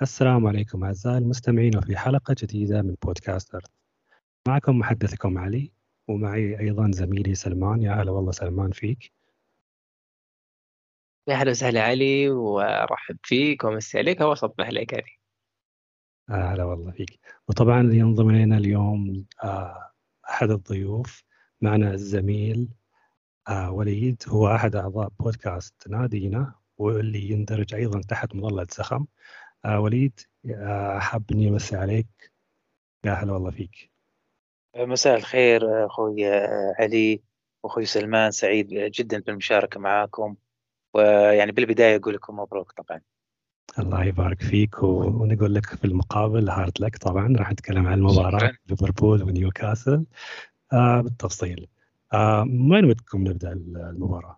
السلام عليكم أعزائي المستمعين وفي حلقة جديدة من بودكاستر. معكم محدثكم علي، ومعي أيضا زميلي سلمان. يا هلا والله سلمان فيك. يا أهلا وسهلا علي، وأرحب فيك وأمسي عليك وأصبح عليك علي. هلا والله فيك. وطبعا اللي ينضم إلينا اليوم أحد الضيوف معنا الزميل وليد، هو أحد أعضاء بودكاست نادينا واللي يندرج أيضا تحت مظلة زخم. وليد، حاب إني أمسي عليك. يا هلا والله فيك. مساء الخير أخوي علي وأخوي سلمان، سعيد جدا بالمشاركة معاكم. ويعني بالبداية أقول لكم مبروك طبعا. الله يبارك فيك، ونقول لك في المقابل هارد لك. طبعا راح نتكلم عن المباراة شكرا. ليفربول ونيوكاسل بالتفصيل. من وين ودكم نبدأ المباراة؟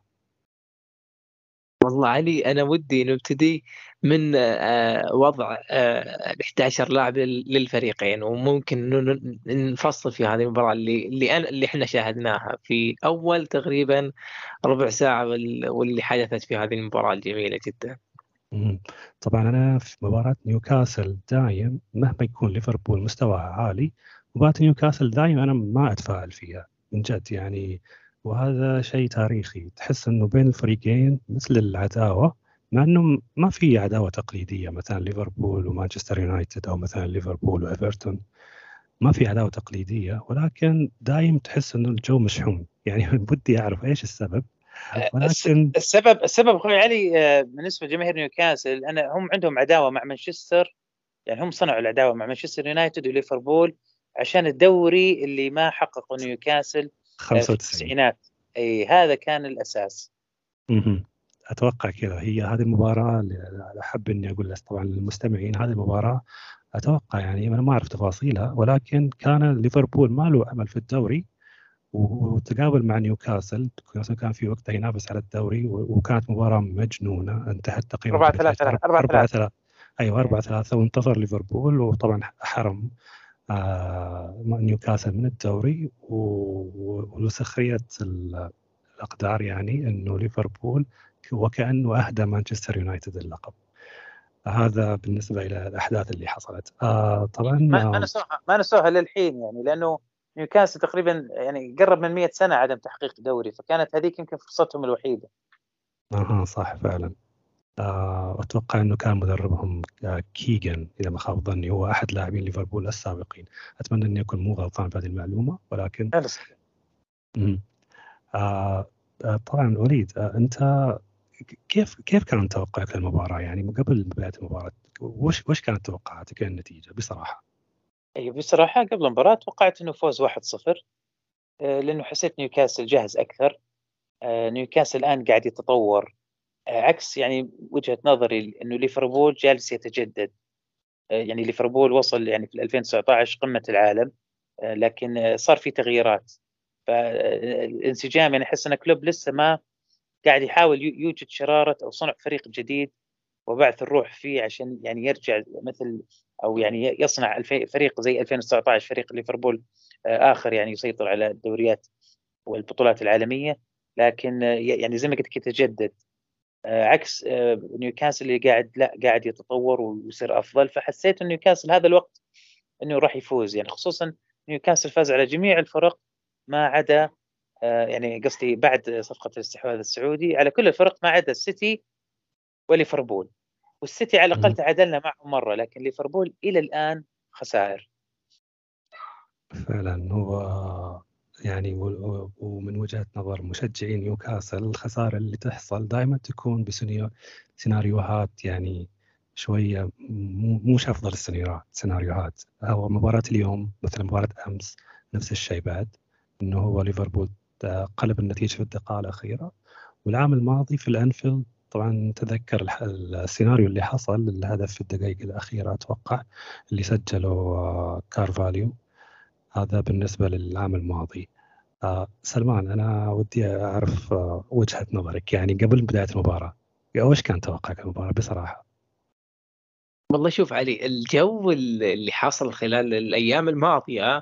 والله علي، أنا ودي نبتدي من وضع ال 11 لاعب للفريقين، وممكن نفصل في هذه المباراة اللي احنا شاهدناها في أول تقريبا ربع ساعة، واللي حدثت في هذه المباراة الجميلة جدا. مم. طبعا أنا في مباراة نيوكاسل دايم مهما يكون ليفربول مستواها عالي، مباراة نيوكاسل دايم أنا ما أتفائل فيها من جد يعني. وهذا شيء تاريخي، تحس أنه بين الفريقين مثل العداوة، مع أنه ما في عداوة تقليدية مثلا ليفربول ومانشستر يونايتد أو مثلا ليفربول وإيفرتون. ما في عداوة تقليدية، ولكن دايم تحس أنه الجو مشحون يعني. ودي أعرف إيش السبب، ولكن السبب أخوي علي، بالنسبة لجماهير نيوكاسل هم عندهم عداوة مع مانشستر. يعني هم صنعوا العداوة مع مانشستر يونايتد وليفربول عشان الدوري اللي ما حققه نيوكاسل في 95. التسعينات. أي هذا كان الأساس. مهم. أتوقع كذا هي هذه المباراة اللي أحب إني أقول لك طبعا للمستمعين. هذه المباراة أتوقع يعني أنا ما أعرف تفاصيلها، ولكن كان ليفربول ما له أمل في الدوري، وتقابل مع نيوكاسل. نيوكاسل كان في وقتها ينافس على الدوري، وكانت مباراة مجنونة انتهت تقريبا 4-3 4-3. 4-3. أيوة 4-3، وانتصر ليفربول وطبعا حرم نيوكاسل من الدوري. ولسخرية الأقدار يعني أنه ليفربول وكأنه أهدى مانشستر يونايتد اللقب. هذا بالنسبة إلى الأحداث اللي حصلت. طبعا ما نسوها للحين، يعني لانه نيوكاسل تقريبا يعني قرب من 100 سنه عدم تحقيق دوري، فكانت هذيك يمكن فرصتهم الوحيده. صح فعلا. أتوقع أنه كان مدربهم كيغان إذا ما خاب ظني، هو أحد لاعبين ليفربول السابقين. أتمنى أني أكون مو غلطان في هذه المعلومة، ولكن خلص. مم. آه طبعا وليد، أنت كيف كان توقعك للمباراة يعني من قبل بداية المباراة؟ وش كانت توقعاتك النتيجة بصراحة؟ اي بصراحه قبل المباراه توقعت انه فوز 1-0، لانه حسيت نيوكاسل جاهز اكثر. نيوكاسل الان قاعد يتطور، عكس يعني وجهه نظري انه ليفربول جالس يتجدد. يعني ليفربول وصل يعني في 2019 قمه العالم، لكن صار في تغييرات. فالانسجام يعني احس ان كلوب لسه ما قاعد يحاول يوجد شرارة أو صنع فريق جديد وبعث الروح فيه عشان يعني يرجع مثل، أو يعني يصنع فريق زي 2019 فريق ليفربول، آخر يعني يسيطر على الدوريات والبطولات العالمية. لكن يعني زي ما قلت لك يتجدد، عكس نيوكاسل اللي قاعد يتطور ويصير أفضل. فحسيت إن نيوكاسل هذا الوقت إنه راح يفوز، يعني خصوصا نيوكاسل فاز على جميع الفرق ما عدا، يعني قصدي بعد صفقة الاستحواذ السعودي على كل الفرق ما عدا السيتي وليفربول. والسيتي على الأقل تعادلنا معهم مرة، لكن ليفربول إلى الآن خسائر. فعلا هو يعني ومن وجهة نظر مشجعين نيوكاسل، الخسارة اللي تحصل دائما تكون بسيناريوهات يعني شوية مش أفضل السيناريوهات. هو مباراة اليوم مثل مباراة أمس نفس الشيء بعد، إنه هو ليفربول قلب النتيجة في الدقائق الأخيرة. والعام الماضي في الأنفيلد طبعا تذكر السيناريو اللي حصل، الهدف في الدقائق الأخيرة أتوقع اللي سجله كارفاليو. هذا بالنسبة للعام الماضي. سلمان، أنا ودي أعرف وجهة نظرك يعني قبل بداية المباراة. وش كان توقعك المباراة بصراحة؟ والله شوف علي، الجو اللي حصل خلال الأيام الماضية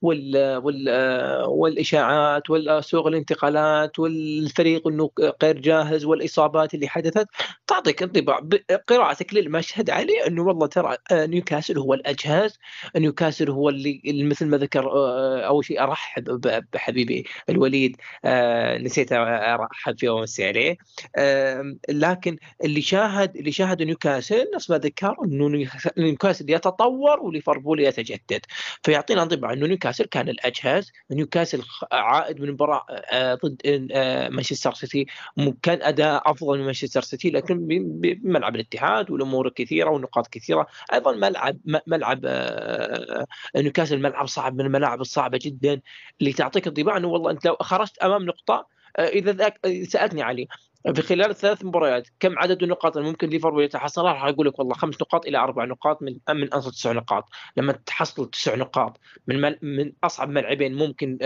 والإشاعات والسوق الانتقالات والفريق أنه غير جاهز والإصابات اللي حدثت تعطيك انطباع بقراءتك للمشهد عليه أنه والله ترى نيوكاسل هو الأجهز. نيوكاسل هو اللي مثل ما ذكر أول شيء أرحب بحبيبي الوليد، نسيت أرحب فيه وأمسي عليه. لكن اللي شاهد نيوكاسل نفس ما ذكر انه نيوكاسل يتطور وليفربول يتجدد، فيعطينا انطباع انه نيوكاسل كان الاجهز. نيوكاسل عائد من مباراه ضد مانشستر سيتي، كان اداء افضل من مانشستر سيتي، لكن بملعب الاتحاد والامور كثيره والنقاط كثيره. ايضا ملعب نيوكاسل ملعب صعب من الملاعب الصعبه جدا، اللي تعطيك انطباع انه والله انت لو خرجت امام نقطه، اذا سالتني علي في خلال الثلاث مباريات كم عدد النقاط اللي ممكن ليفربول يتحصلها، راح اقول لك والله 5 نقاط الى 4 نقاط من اصل 9 نقاط. لما تحصل 9 نقاط من اصعب ملعبين ممكن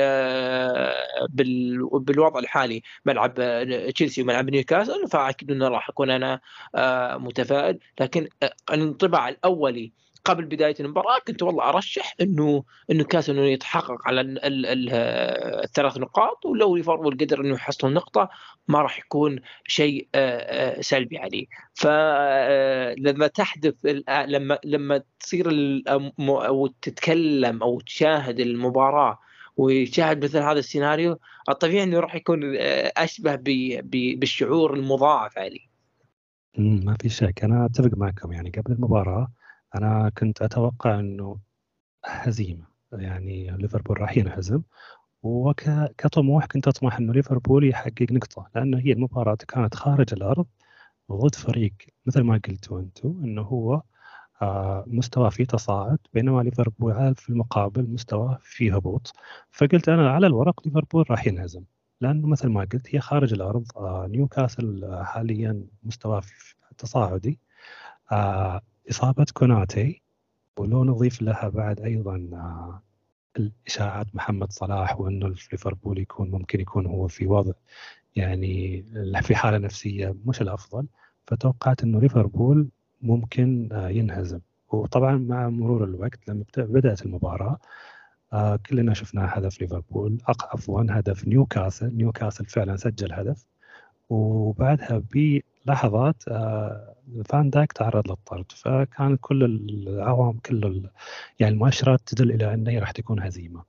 بالوضع الحالي، ملعب تشيلسي وملعب نيوكاسل، فاكيد انه راح اكون انا متفائل. لكن الانطباع الاولي قبل بدايه المباراه كنت والله ارشح انه كاس انه يتحقق على الثلاث نقاط، ولو ليفربول قدر انه يحصل نقطه ما راح يكون شيء سلبي عليه. فلما تحدث لما تصير او تتكلم او تشاهد المباراة ويشاهد مثل هذا السيناريو، الطبيعي انه راح يكون اشبه بالشعور المضاعف عليه. ما في شك، أنا أتفق معكم. يعني قبل المباراة أنا كنت أتوقع أنه هزيمة، يعني ليفربول راح ينهزم، وكطموح كنت أطمح أنه ليفربول يحقق نقطة، لأنه هي المباراة كانت خارج الأرض ضد فريق مثل ما قلتوا أنتم أنه هو مستوى فيه تصاعد، بينما ليفربول في المقابل مستوى فيه هبوط. فقلت أنا على الورق ليفربول راح ينهزم، لأنه مثل ما قلت هي خارج الأرض. نيوكاسل حاليا مستوى تصاعدي. إصابة كوناتي، ولو نضيف لها بعد أيضا الإشاعات محمد صلاح، وأنه ليفربول ممكن يكون هو في وضع يعني في حالة نفسية مش الأفضل، فتوقعت أنه ليفربول ممكن ينهزم. وطبعا مع مرور الوقت لما بدأت المباراة كلنا شفنا هدف ليفربول، عفوا هدف نيوكاسل فعلا سجل هدف، وبعدها بلحظات فان دايك تعرض للطرد. فكانت كل العوامل يعني المؤشرات تدل إلى أنه راح تكون هزيمة.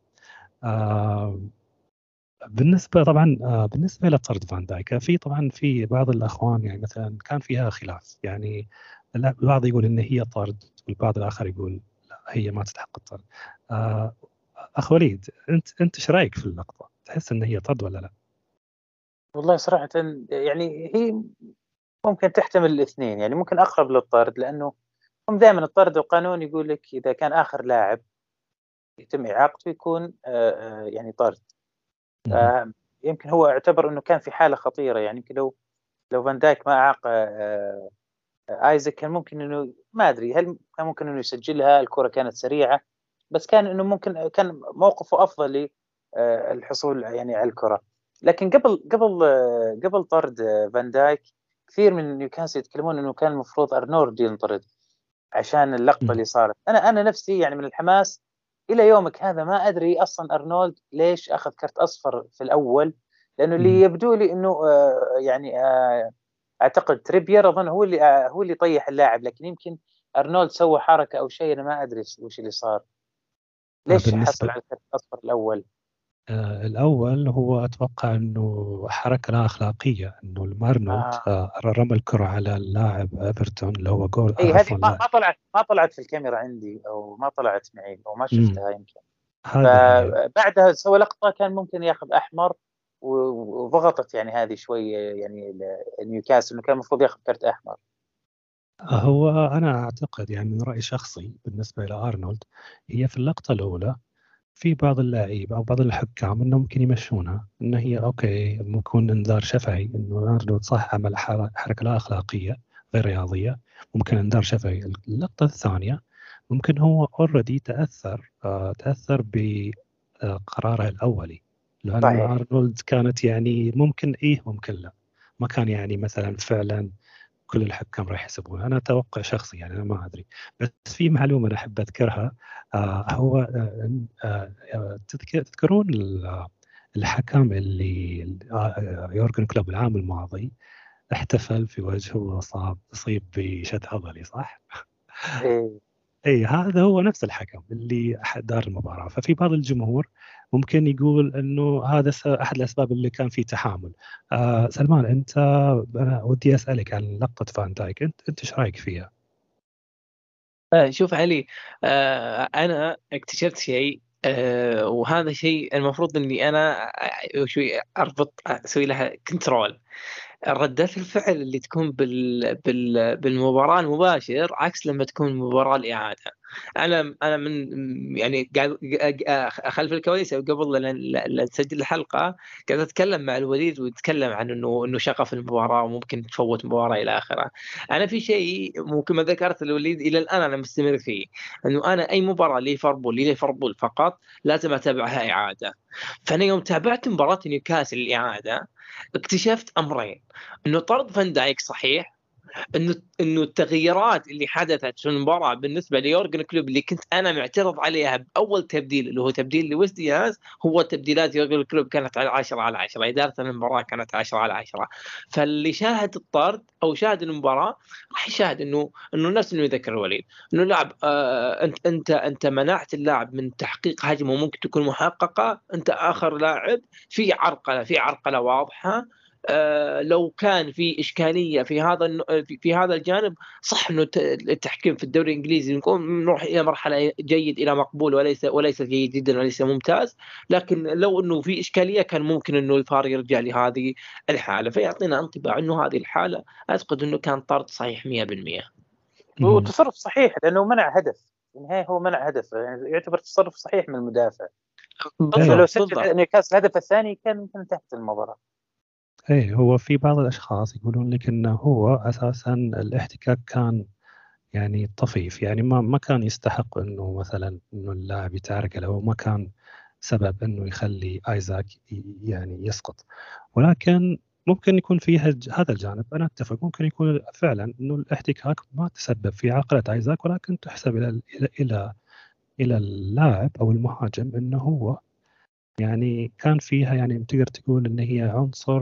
بالنسبة طبعا بالنسبة إلى طرد فان دايك، طبعا في بعض الأخوان يعني مثلا كان فيها خلاف، يعني البعض يقول إن هي طرد، والبعض الآخر يقول لا هي ما تستحق الطرد. أخ وليد، أنت إيش رأيك في اللقطة؟ تحس إن هي طرد ولا لا؟ والله صراحة يعني هي ممكن تحتمل الاثنين، يعني ممكن أقرب للطرد، لأنه هم دائما الطرد القانون يقول لك إذا كان آخر لاعب يتم إعاقته يكون يعني طرد. يمكن هو اعتبر أنه كان في حالة خطيرة، يعني يمكن لو فان دايك ما أعاق آيزاك كان ممكن أنه ما أدري هل كان ممكن أنه يسجلها، الكرة كانت سريعة، بس كان أنه ممكن كان موقفه أفضل للحصول يعني على الكرة. لكن قبل طرد فان دايك كثير من نيوكاسل يتكلمون أنه كان المفروض أرنولد ينطرد عشان اللقطة اللي صارت. أنا نفسي يعني من الحماس إلى يومك هذا ما أدري أصلا أرنولد ليش أخذ كرت أصفر في الأول، لأنه اللي يبدو لي أنه يعني أعتقد تريبير أظن هو اللي طيح اللاعب، لكن يمكن أرنولد سوى حركة أو شيء، أنا ما أدري وش اللي صار، ليش حصل على الكرت الأصفر الأول. الأول هو أتوقع أنه حركة لا أخلاقية، أنه المارنولد رمى الكرة على اللاعب إيفرتون اللي هو جول. أي هذه ما طلعت في الكاميرا عندي، أو ما طلعت معي، أو ما شفتها يمكن. فبعدها سوى لقطة كان ممكن ياخذ أحمر، وضغطت يعني هذه شوية يعني نيوكاسل إنه كان المفروض ياخذ كرت أحمر. هو أنا أعتقد يعني من رأي شخصي بالنسبة إلى أرنولد، هي في اللقطة الأولى في بعض اللاعبين أو بعض الحكام إنه ممكن يمشونها، إنه هي أوكي ممكن إنذار شفهي، إنه أرنولد صح عمل حركة لا أخلاقية غير رياضية، ممكن إنذار شفهي. اللقطة الثانية ممكن هو أوريدي تأثر بقراره الأولي، لأن صحيح. أرنولد كانت يعني ممكن ممكن لا، ما كان يعني مثلا فعلا كل الحكام راح يحسبون. أنا أتوقع شخصي يعني، أنا ما أدري، بس في معلومة أنا أحب أذكرها. هو تذكرون الحكم اللي يورجن كلوب العام الماضي احتفل في وجهه أصيب بشد عضلي، صح؟ إيه. اي هذا هو نفس الحكم اللي دار المباراة. ففي بعض الجمهور ممكن يقول انه هذا احد الاسباب اللي كان فيه تحامل. سلمان، انا ودي اسالك عن لقطة فان دايك، انت ايش رايك فيها؟ شوف علي، أنا اكتشفت شيء، وهذا شيء المفروض إني أنا شوي أربط أسوي لها كنترول. ردات الفعل اللي تكون بالمباراة المباشر عكس لما تكون مباراة الإعادة. أنا من يعني قاعد خلف الكواليس قبل لا نسجل الحلقة، قاعد أتكلم مع الوليد ويتكلم عن إنه شغف المباراة وممكن تفوت مباراة إلى آخره. أنا في شيء ممكن ما ذكرت الوليد إلى الآن أنا مستمر فيه، إنه أنا أي مباراة ليفربول فقط لازم أتابعها إعادة. فأنا يوم تابعت مباراة نيوكاسل الإعادة اكتشفت أمرين: إنه طرد فان دايك صحيح، إنه التغييرات اللي حدثت في المباراة بالنسبة ليورجن كلوب اللي كنت أنا معترض عليها بأول تبديل اللي هو تبديل لويس دياز، هو تبديلات يورجن كلوب كانت على 10/10، إدارة المباراة كانت 10/10. فاللي شاهد الطرد أو شاهد المباراة راح يشاهد إنه نفس إنه يذكر الوليد، إنه لاعب أنت منعت اللاعب من تحقيق هجمة ممكن تكون محققة. أنت آخر لاعب في عرقلة واضحة. لو كان في إشكالية في هذا الجانب، صح إنه التحكيم في الدوري الإنجليزي نروح إلى مرحلة جيد إلى مقبول، وليس جيد جدا وليس ممتاز. لكن لو إنه في إشكالية كان ممكن إنه الفار يرجع لهذه الحالة فيعطينا انطباع إنه هذه الحالة. أعتقد إنه كان طرد صحيح 100%. وتصرف صحيح لأنه منع هدف في النهاية، هو منع هدف يعني يعتبر تصرف صحيح من المدافع. لو بالضبط. سجل نيوكاسل الهدف الثاني كان ممكن انتهت المباراة. ايه، هو في بعض الاشخاص يقولون لك انه هو اساسا الاحتكاك كان يعني طفيف، يعني ما كان يستحق انه مثلا انه اللاعب يتعرقل، او ما كان سبب انه يخلي ايزاك يعني يسقط. ولكن ممكن يكون فيها هذا الجانب، انا اتفق، ممكن يكون فعلا انه الاحتكاك ما تسبب في عقلة ايزاك، ولكن تحسب الى اللاعب او المهاجم انه هو يعني كان فيها، يعني تقدر تقول ان هي عنصر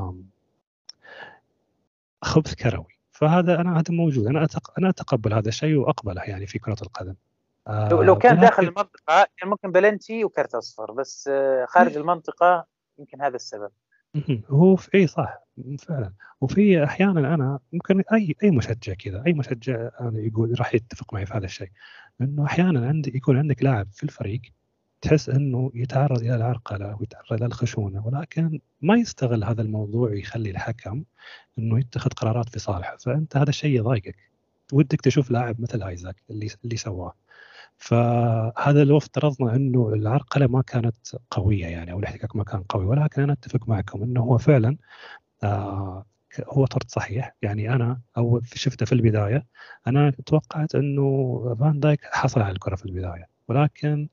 خبث كروي. فهذا هذا موجود، انا اتقبل هذا الشيء واقبله يعني في كرة القدم. لو كان داخل ولكن المنطقة كان ممكن بلنتي وكرت أصفر، بس خارج المنطقة يمكن هذا السبب. هو في اي صح فعلا. وفي احيانا انا ممكن اي مشجع كذا، اي مشجع أنا يقول راح يتفق معي في هذا الشيء، انه احيانا يكون عندك لاعب في الفريق تحس انه يتعرض الى العرقله ويتعرض الى الخشونه، ولكن ما يستغل هذا الموضوع ويخلي الحكم انه يتخذ قرارات في صالحه. فانت هذا الشيء يضايقك، ودك تشوف لاعب مثل ايزاك اللي سواه. فهذا لو افترضنا انه العرقله ما كانت قويه يعني، او الاحتكاك ما كان قوي، ولكن انا اتفق معكم انه هو فعلا هو طرد صحيح. يعني انا اول شفته في البدايه انا توقعت انه فان دايك حصل على الكره في البدايه، ولكن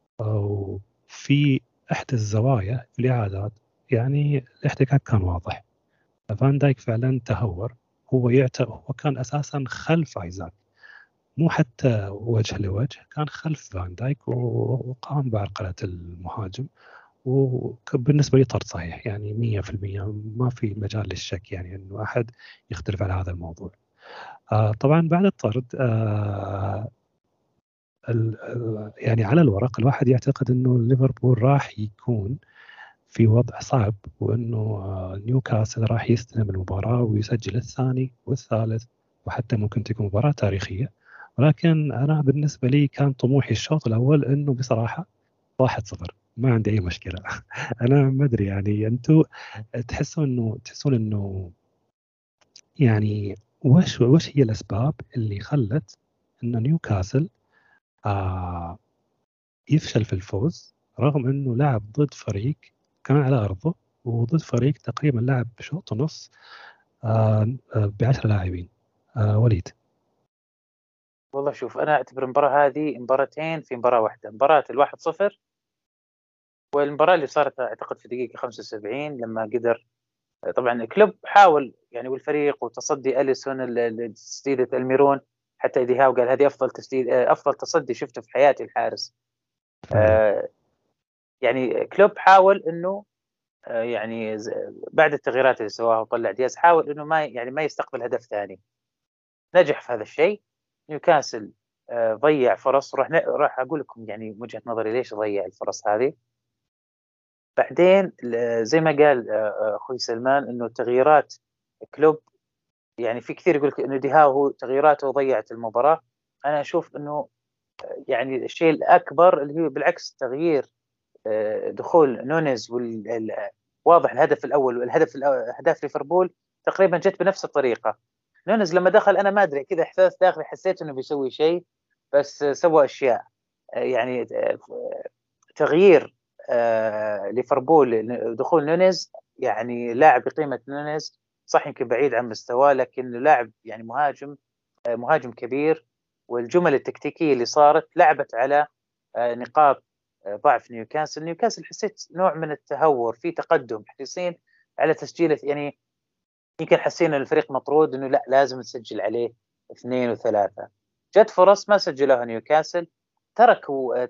في احدى الزوايا في الاعادات يعني الاحتكاك كان واضح. فان دايك فعلا تهور، هو كان اساسا خلف ايزاك، مو حتى وجه لوجه، كان خلف فان دايك وقام بعرقلة المهاجم. وبالنسبة لي طرد صحيح يعني 100%، ما في مجال للشك يعني أنه أحد يختلف على هذا الموضوع. طبعا بعد الطرد يعني على الورق الواحد يعتقد أنه ليفربول راح يكون في وضع صعب، وأنه نيوكاسل راح يستلم المباراة ويسجل الثاني والثالث، وحتى ممكن تكون مباراة تاريخية. ولكن أنا بالنسبة لي كان طموحي الشوط الأول أنه بصراحة 1-0، ما عندي أي مشكلة. أنا ما أدري يعني أنتم تحسون إنه يعني وش هي الأسباب اللي خلت إنه نيوكاسل يفشل في الفوز، رغم إنه لعب ضد فريق كان على أرضه، وضد فريق تقريبا لعب بشوط ونص ب10 لاعبين. وليد. والله شوف، أنا أعتبر المباراة هذه مباراتين في مباراة واحدة. مباراة 1-0 والمباراة اللي صارت أعتقد في دقيقة 75 لما قدر طبعا كلوب حاول يعني والفريق وتصدي أليسون لتسديدة الميرون، حتى إيدي هاو قال هذه أفضل تسديد أفضل تصدي شفته في حياتي الحارس. يعني كلوب حاول إنه يعني بعد التغييرات اللي سواها وطلع دياز حاول إنه ما يستقبل هدف ثاني، نجح في هذا الشيء. نيوكاسل ضيع فرص، راح أقول لكم يعني وجهة نظري ليش ضيع الفرص هذه بعدين. زي ما قال أخوي سلمان إنه تغييرات كلوب، يعني في كثير يقول لك إنه ديهاو هو تغييراته ضيعت المباراة. أنا أشوف إنه يعني الشيء الأكبر اللي هو بالعكس تغيير دخول نونيز واضح الهدف الأول أهداف ليفربول تقريبا جت بنفس الطريقة. نونيز لما دخل أنا ما أدري كذا إحساس داخلي حسيت إنه بيسوي شيء، بس سوى أشياء يعني تغيير ليفربول دخول نونيز، يعني لاعب بقيمة نونيز صح يمكن بعيد عن مستواه لكن لاعب يعني مهاجم كبير، والجمل التكتيكية اللي صارت لعبت على نقاط ضعف نيوكاسل حسيت نوع من التهور في تقدم حريصين على تسجيل، يعني يمكن حسينا الفريق مطرود انه لا لازم نسجل عليه 2 و3، جت فرص ما سجلوها نيوكاسل، تركوا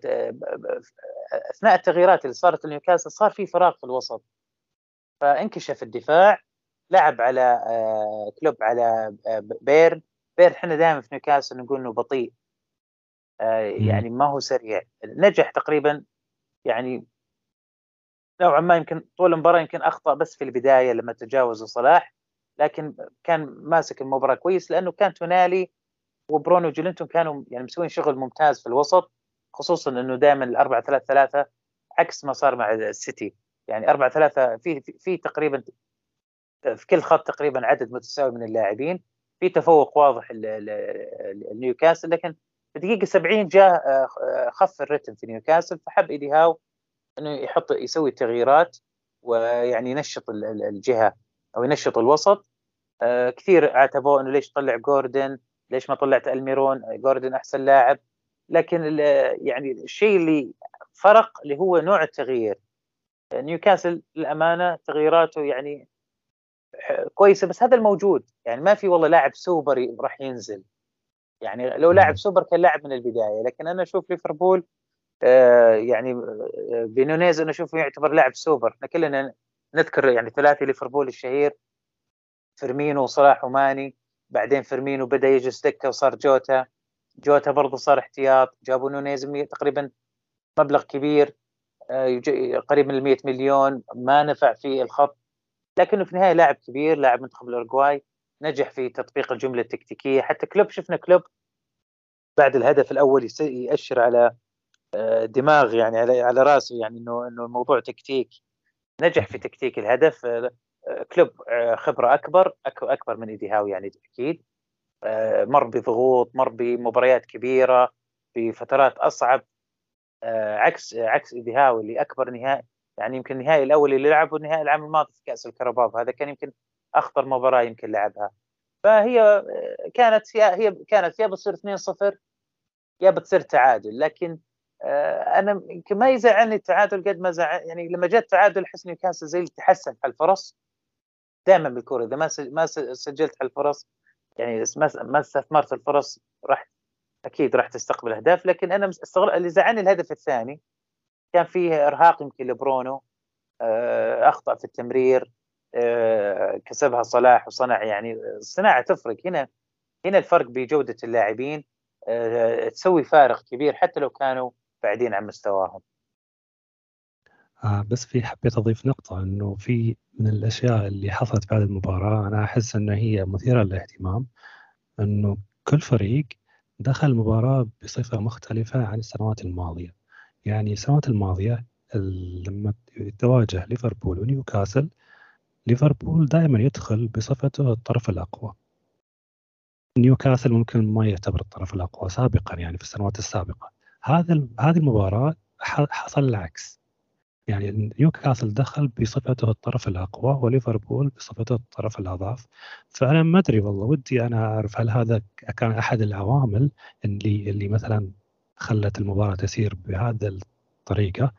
اثناء التغييرات اللي صارت لنيوكاسل صار في فراغ في الوسط فانكشف الدفاع، لعب على كلوب على بيرن احنا دائما في نيوكاسل نقول انه بطيء يعني ما هو سريع، نجح تقريبا يعني نوعا ما يمكن طول المباراة يمكن أخطأ بس في البداية لما تجاوز صلاح، لكن كان ماسك المباراة كويس لأنه كان تونالي وبرونو جيلينتون كانوا يعني مسوين شغل ممتاز في الوسط، خصوصا أنه دائما ال4-3-3 عكس ما صار مع السيتي، يعني 4-3 في تقريبا في كل خط تقريبا عدد متساوي من اللاعبين، في تفوق واضح لنيوكاسل، لكن في دقيقة 70 جاء خف الرتم في نيوكاسل، فحب إيدي هاو انه يسوي تغييرات ويعني ينشط الجهه او ينشط الوسط. كثير عاتبوه انه ليش طلع جوردن، ليش ما طلعت الميرون، جوردن احسن لاعب، لكن يعني الشيء اللي فرق اللي هو نوع التغيير. نيوكاسل للامانه تغييراته يعني كويسه بس هذا الموجود، يعني ما في والله لاعب سوبر راح ينزل، يعني لو لاعب سوبر كان لاعب من البدايه، لكن انا اشوف ليفربول يعني بنونيز انا اشوفه يعتبر لاعب سوبر، احنا كلنا نذكر يعني ثلاثي ليفربول الشهير فيرمينو وصلاح وماني، بعدين فيرمينو بدا يجلس دكه وصار جوتا برضه صار احتياط، جابوا نونيز تقريبا مبلغ كبير قريب من 100 مليون ما نفع في الخط، لكنه في النهايه لاعب كبير لاعب منتخب الاورجواي، نجح في تطبيق الجمله التكتيكيه، حتى كلوب شفنا كلوب بعد الهدف الاول يأشر على دماغ يعني على راسه، يعني انه الموضوع تكتيك، نجح في تكتيك الهدف. كلوب خبره اكبر من ايدي هاو يعني اكيد، مر بضغوط، مر بمباريات كبيره بفترات اصعب، عكس ايدي هاو اللي اكبر نهائي يعني يمكن النهائي الاول اللي لعبه النهائي العام الماضي في كاس الكرباو، هذا كان يمكن اخطر مباراه يمكن لعبها، فهي كانت يا بتصير 2-0 يا بتصير تعادل، لكن انا يمكن ما يزعلني التعادل قد ما زعل يعني لما جاء التعادل حس نيوكاسل زي اللي تحسن على الفرص دائما بالكوره، اذا ما سجلت على الفرص يعني ما استثمرت الفرص اكيد راح تستقبل اهداف، لكن انا اللي زعلني الهدف الثاني كان فيه ارهاق يمكن لبرونو، اخطا في التمرير، كسبها صلاح وصنع، يعني الصناعه تفرق هنا الفرق بجوده اللاعبين تسوي فارق كبير حتى لو كانوا بعيدين عن مستواهم. بس حبيت أضيف نقطة أنه في من الأشياء اللي حصلت بعد المباراة أنا أحس أن هي مثيرة للاهتمام، أنه كل فريق دخل المباراة بصفة مختلفة عن السنوات الماضية، يعني السنوات الماضية لما تواجه ليفربول ونيوكاسل، ليفربول دائما يدخل بصفته الطرف الأقوى، نيوكاسل ممكن ما يعتبر الطرف الأقوى سابقا يعني في السنوات السابقة، هذه المباراة حصل العكس، يعني نيوكاسل دخل بصفته الطرف الأقوى وليفربول بصفته الطرف الأضعف، فأنا ما أدري والله ودي أنا أعرف هل هذا كان أحد العوامل اللي مثلا خلت المباراة تسير بهذا الطريقة،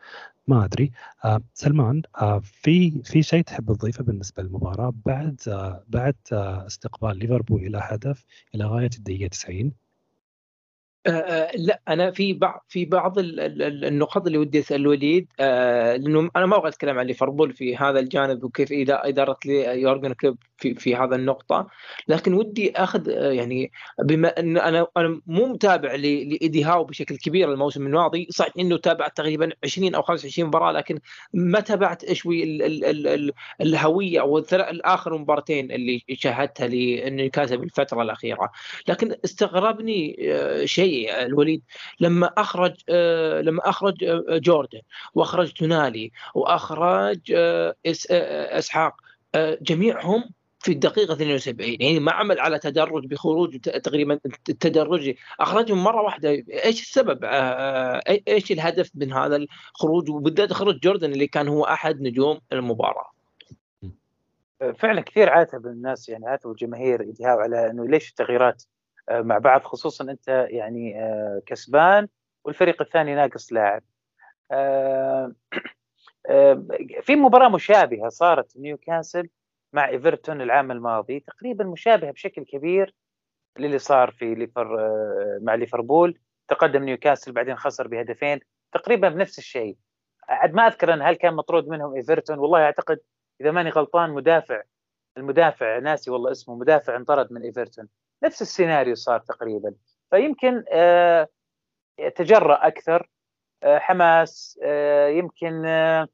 ما أدري. سلمان، في شيء تحب تضيفه بالنسبة للمباراة بعد استقبال ليفربول إلى هدف إلى غاية الدقيقة 90؟ لا، انا في بعض النقاط اللي ودي اسال الوليد، لانه انا ما ابغى اتكلم عن ليفربول في هذا الجانب وكيف اداره يورجن كلوب في هذا النقطه، لكن ودي اخذ يعني بما ان انا مو متابع لايدي هاو بشكل كبير الموسم الماضي، صحيح انه تابعت تقريبا 20 او 25 مباراه، لكن ما تابعت ايش وي الهويه او الاخر مباراتين اللي شاهدتها لنيوكاسل بالفتره الاخيره. لكن استغربني شيء الوليد لما اخرج جوردن، واخرج تونالي، واخرج اسحاق، جميعهم في الدقيقة 72، يعني ما عمل على تدرج بخروج تقريبا تدرجي، أخرجهم مرة واحدة. إيش السبب؟ إيش الهدف من هذا الخروج، وبالذات خروج جوردن اللي كان هو أحد نجوم المباراة؟ فعلا كثير عاتب الناس، يعني عاتبوا الجماهير إيديهاو على انه ليش التغييرات مع بعض، خصوصا انت يعني كسبان والفريق الثاني ناقص لاعب. آه، في مباراة مشابهة صارت نيوكاسل مع ايفرتون العام الماضي، تقريبا مشابهة بشكل كبير للي صار في مع ليفربول. تقدم نيوكاسل بعدين خسر بهدفين، تقريبا بنفس الشيء. عاد ما اذكر هل كان مطرود منهم ايفرتون، والله اعتقد اذا ماني غلطان المدافع ناسي والله اسمه، مدافع انطرد من ايفرتون. نفس السيناريو صار تقريبا، فيمكن تجرأ اكثر، حماس، يمكن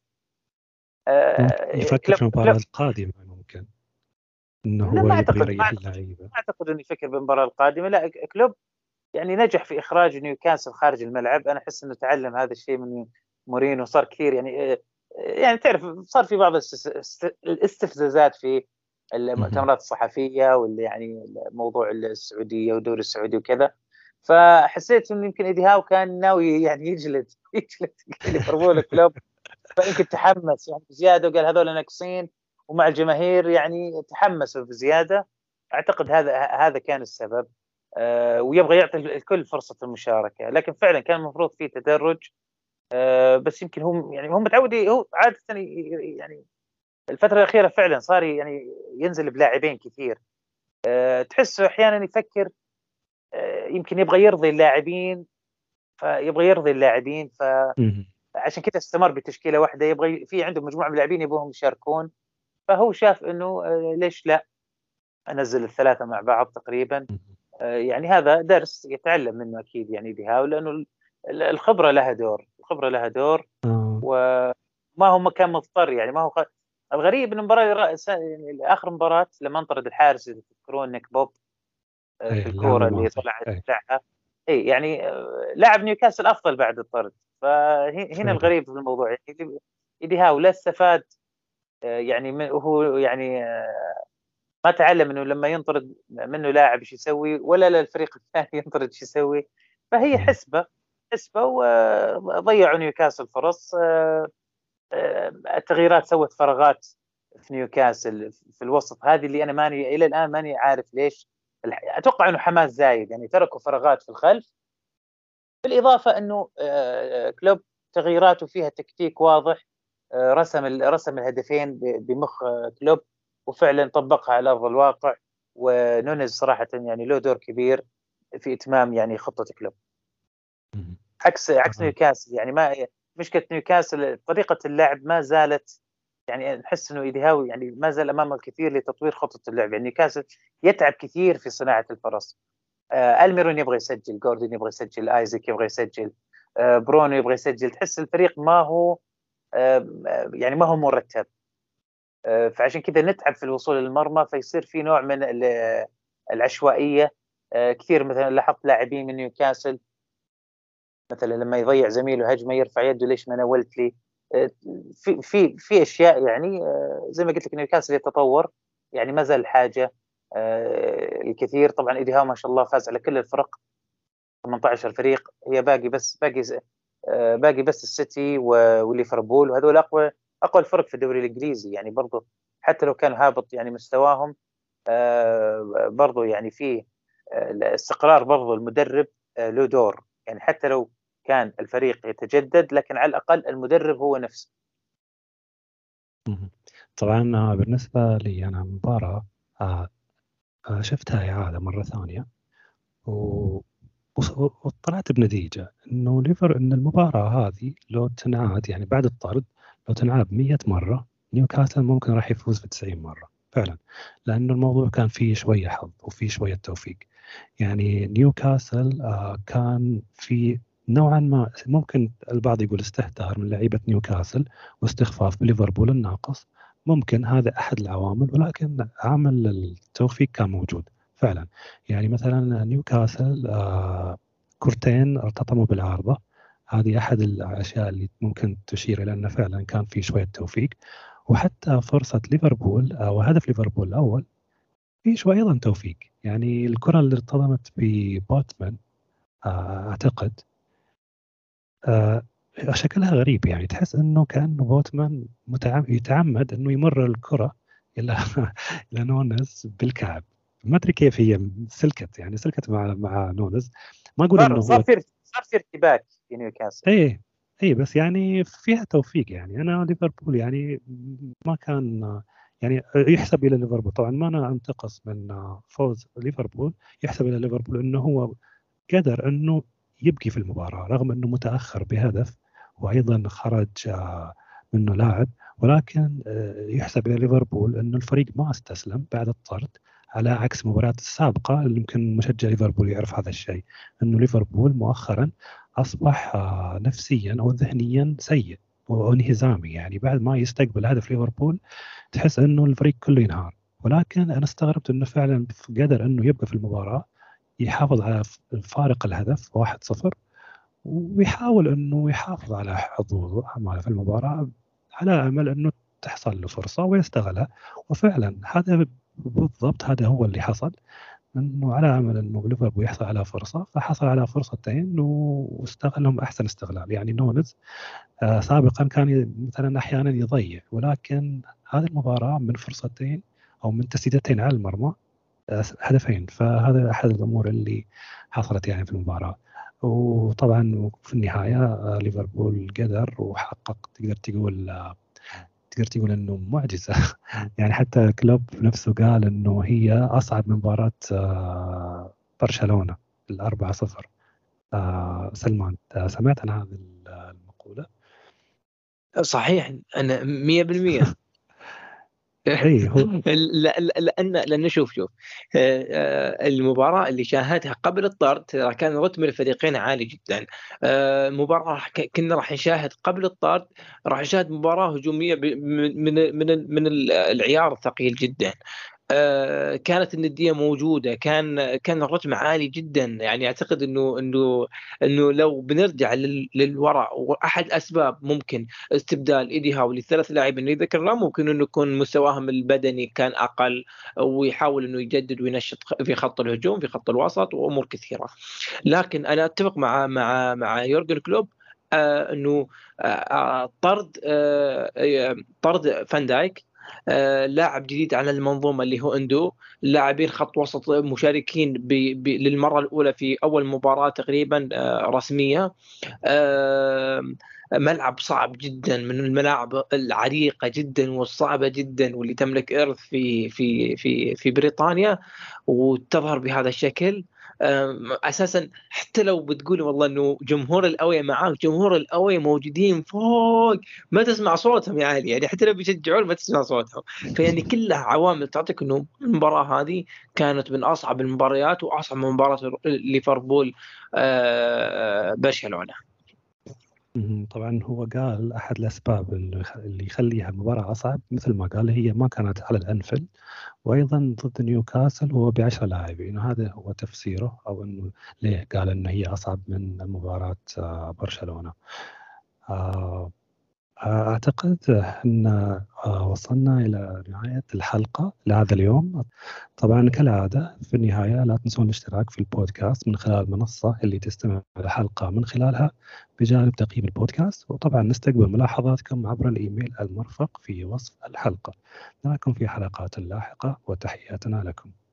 يفكر في المباراة القادمة، ممكن انه لا، هو يبغى يريح اللعيبة. ما اعتقد انه يفكر بالمباراة القادمة. لا، كلوب يعني نجح في اخراج نيوكاسل خارج الملعب. انا احس انه تعلم هذا الشيء من مورينو. صار كثير يعني تعرف، صار في بعض الاستفزازات في المؤتمرات الصحفية، واللي يعني موضوع السعودية والدوري السعودي وكذا. فحسيت انه يمكن ايدي هاو كان ناوي يعني يجلد ليفربول كلوب، فيمكن تحمس يعني بزياده وقال هذول ناقصين، ومع الجماهير يعني تحمسوا بزياده. اعتقد هذا كان السبب. ويبغى يعطي الكل فرصه المشاركه، لكن فعلا كان المفروض في تدرج. بس يمكن هم متعود، هو عاده يعني الفتره الاخيره فعلا صار يعني ينزل بلاعبين كثير. تحسه احيانا يفكر، يمكن يبغى يرضي اللاعبين، فعشان كذا استمر بتشكيله واحده. يبغى في عنده مجموعه من اللاعبين يبغون يشاركون، فهو شاف انه ليش لا انزل الثلاثه مع بعض تقريبا. يعني هذا درس يتعلم منه اكيد يعني بهاو، لانه الخبره لها دور. وما هو كان مضطر، يعني ما هو الغريب ان المباراه يعني اخر مباراه لما انطرد الحارس، اذا تذكرون نيك بوب في الكوره اللي طلعت لعبها، اي يعني لاعب نيوكاسل افضل بعد الطرد. فهنا الغريب في الموضوع، يعني ايدي لا استفاد، يعني هو يعني ما تعلم انه لما ينطرد منه لاعب ايش يسوي، ولا للفريق الثاني ينطرد ايش يسوي. فهي حسبه وضيعوا نيوكاسل فرص. التغييرات سوت فراغات في نيوكاسل في الوسط، هذه اللي انا ماني الى الان ماني عارف ليش. اتوقع انه حماس زايد، يعني تركوا فراغات في الخلف. بالاضافه انه كلوب تغييراته فيها تكتيك واضح. رسم الهدفين بمخ كلوب، وفعلا طبقها على ارض الواقع. ونونيز صراحه يعني له دور كبير في اتمام يعني خطه كلوب، عكس نيوكاسل. يعني ما مشكله نيوكاسل طريقه اللعب ما زالت، يعني نحس انه ايديهاوي يعني ما زال امامه الكثير لتطوير خطه اللعب. يعني نيوكاسل يتعب كثير في صناعه الفرص. الميرون يبغى يسجل، جوردن يبغى يسجل، ايزك يبغى يسجل، برونو يبغى يسجل. تحس الفريق ما هو يعني ما هو مرتب. فعشان كذا نتعب في الوصول للمرمى، فيصير في نوع من العشوائيه. كثير مثلا لاحظت لاعبين من نيوكاسل مثلا لما يضيع زميله هجمه يرفع يده، ليش ما ناولت لي. في اشياء يعني زي ما قلت لك نيوكاسل يتطور، يعني ما زال الحاجه الكثير. طبعا ايدي هاو ما شاء الله فاز على كل الفرق، 18 فريق. هي باقي بس السيتي وليفربول، وهذول اقوى الفرق في الدوري الانجليزي. يعني برضو حتى لو كان هابط يعني مستواهم، برضو يعني فيه استقرار. برضو المدرب له دور، يعني حتى لو كان الفريق يتجدد، لكن على الأقل المدرب هو نفسه. طبعا بالنسبة لي أنا مباراة شفتها إعادة مرة ثانية وطلعت بنتيجة إنه إن المباراة هذه لو تنعاد يعني بعد الطرد، لو تنعاد 100 مرة نيوكاسل ممكن راح يفوز في 90 مرة فعلا، لأنه الموضوع كان فيه شوية حظ وفيه شوية توفيق. يعني نيوكاسل كان في نوعا ما ممكن البعض يقول استهتار من لعيبة نيوكاسل واستخفاف بليفربول الناقص، ممكن هذا أحد العوامل، ولكن عامل التوفيق كان موجود فعلا. يعني مثلا نيوكاسل كرتين ارتطموا بالعارضة، هذه أحد الأشياء اللي ممكن تشير إلى أنه فعلا كان في شوية توفيق. وحتى فرصة ليفربول وهدف ليفربول الأول في شوي أيضا توفيق. يعني الكرة اللي ارتطمت ببوتمان أعتقد شكلها غريب، يعني تحس أنه كأنه بوتمان يتعمد أنه يمر الكرة إلى إلى نونز بالكعب. ما أدري كيف هي سلكت، يعني سلكت مع نونز. ما أقول أنه صار في ارتباك في نيوكاسل. ايه بس يعني فيها توفيق. يعني انا ليفربول يعني ما كان يعني يحسب الى ليفربول، طبعا ما انا انتقص من فوز ليفربول، يحسب الى ليفربول انه هو قدر انه يبقي في المباراه رغم انه متاخر بهدف، وايضا خرج منه لاعب، ولكن يحسب الى ليفربول انه الفريق ما استسلم بعد الطرد، على عكس المباريات السابقه اللي يمكن مشجع ليفربول يعرف هذا الشيء، انه ليفربول مؤخرا أصبح نفسيا أو ذهنيا سيء وانهزامي. يعني بعد ما يستقبل هدف ليفربول تحس أنه الفريق كله ينهار. ولكن أنا استغربت أنه فعلا قدر أنه يبقى في المباراة، يحافظ على فارق الهدف 1-0، ويحاول أنه يحافظ على حظوظه في المباراة على أمل أنه تحصل له فرصة ويستغلها. وفعلا هذا بالضبط هذا هو اللي حصل، انه على امل انه ليفربول يحصل على فرصه، فحصل على فرصتين واستغلهم احسن استغلال. يعني نونز سابقا كان مثلا احيانا يضيع، ولكن هذه المباراه من فرصتين او من تسديدتين على المرمى هدفين، فهذا احد الامور اللي حصلت يعني في المباراه. وطبعا في النهايه ليفربول قدر وحقق، تقدر تقول انه معجزه. يعني حتى كلوب نفسه قال انه هي اصعب من مباراه برشلونه 4-0. سلمان سمعت عن هذه المقوله؟ صحيح، انا 100%. اي هو لأن شوف المباراة اللي شاهدها قبل الطرد ترى كان رتم الفريقين عالي جدا. مباراة كنا راح نشاهد قبل الطرد، راح نشاهد مباراة هجومية من العيار الثقيل جدا. كانت الندية موجودة، كان الرتم عالي جدا. يعني أعتقد إنه لو بنرجع للوراء، وأحد أسباب ممكن استبدال إيدي هاو للثلاث لاعبين اللي ذكرناه، ممكن إنه يكون مستواهم البدني كان أقل، ويحاول إنه يجدد وينشط في خط الهجوم في خط الوسط وأمور كثيرة. لكن أنا أتفق مع يورجن كلوب إنه طرد فان دايك، لاعب جديد على المنظومة اللي هو اندو، لاعبين خط وسط مشاركين للمرة الأولى في أول مباراة تقريبا رسمية. ملعب صعب جدا، من الملاعب العريقة جدا والصعبة جدا، واللي تملك إرث في بريطانيا، وتظهر بهذا الشكل. اساسا حتى لو بتقول والله انه جمهور الاوي معاك، جمهور الاوي موجودين فوق، ما تسمع صوتهم يا علي، يعني حتى لو بيشجعون ما تسمع صوتهم. فيعني كلها عوامل تعطيك انه المباراه هذه كانت من اصعب المباريات، واصعب من مباراه ليفربول برشلونه. طبعا هو قال احد الاسباب اللي يخليها المباراه اصعب، مثل ما قال هي ما كانت على الانفيلد، وايضا ضد نيوكاسل هو ب10 لاعبين. هذا هو تفسيره، او انه ليه قال انه هي اصعب من مباراه برشلونه. اعتقد ان وصلنا الى نهايه الحلقه لهذا اليوم. طبعا كالعاده في النهايه لا تنسون الاشتراك في البودكاست من خلال المنصه اللي تستمع الحلقه من خلالها، بجانب تقييم البودكاست. وطبعا نستقبل ملاحظاتكم عبر الايميل المرفق في وصف الحلقه. نراكم في حلقات لاحقه، وتحياتنا لكم.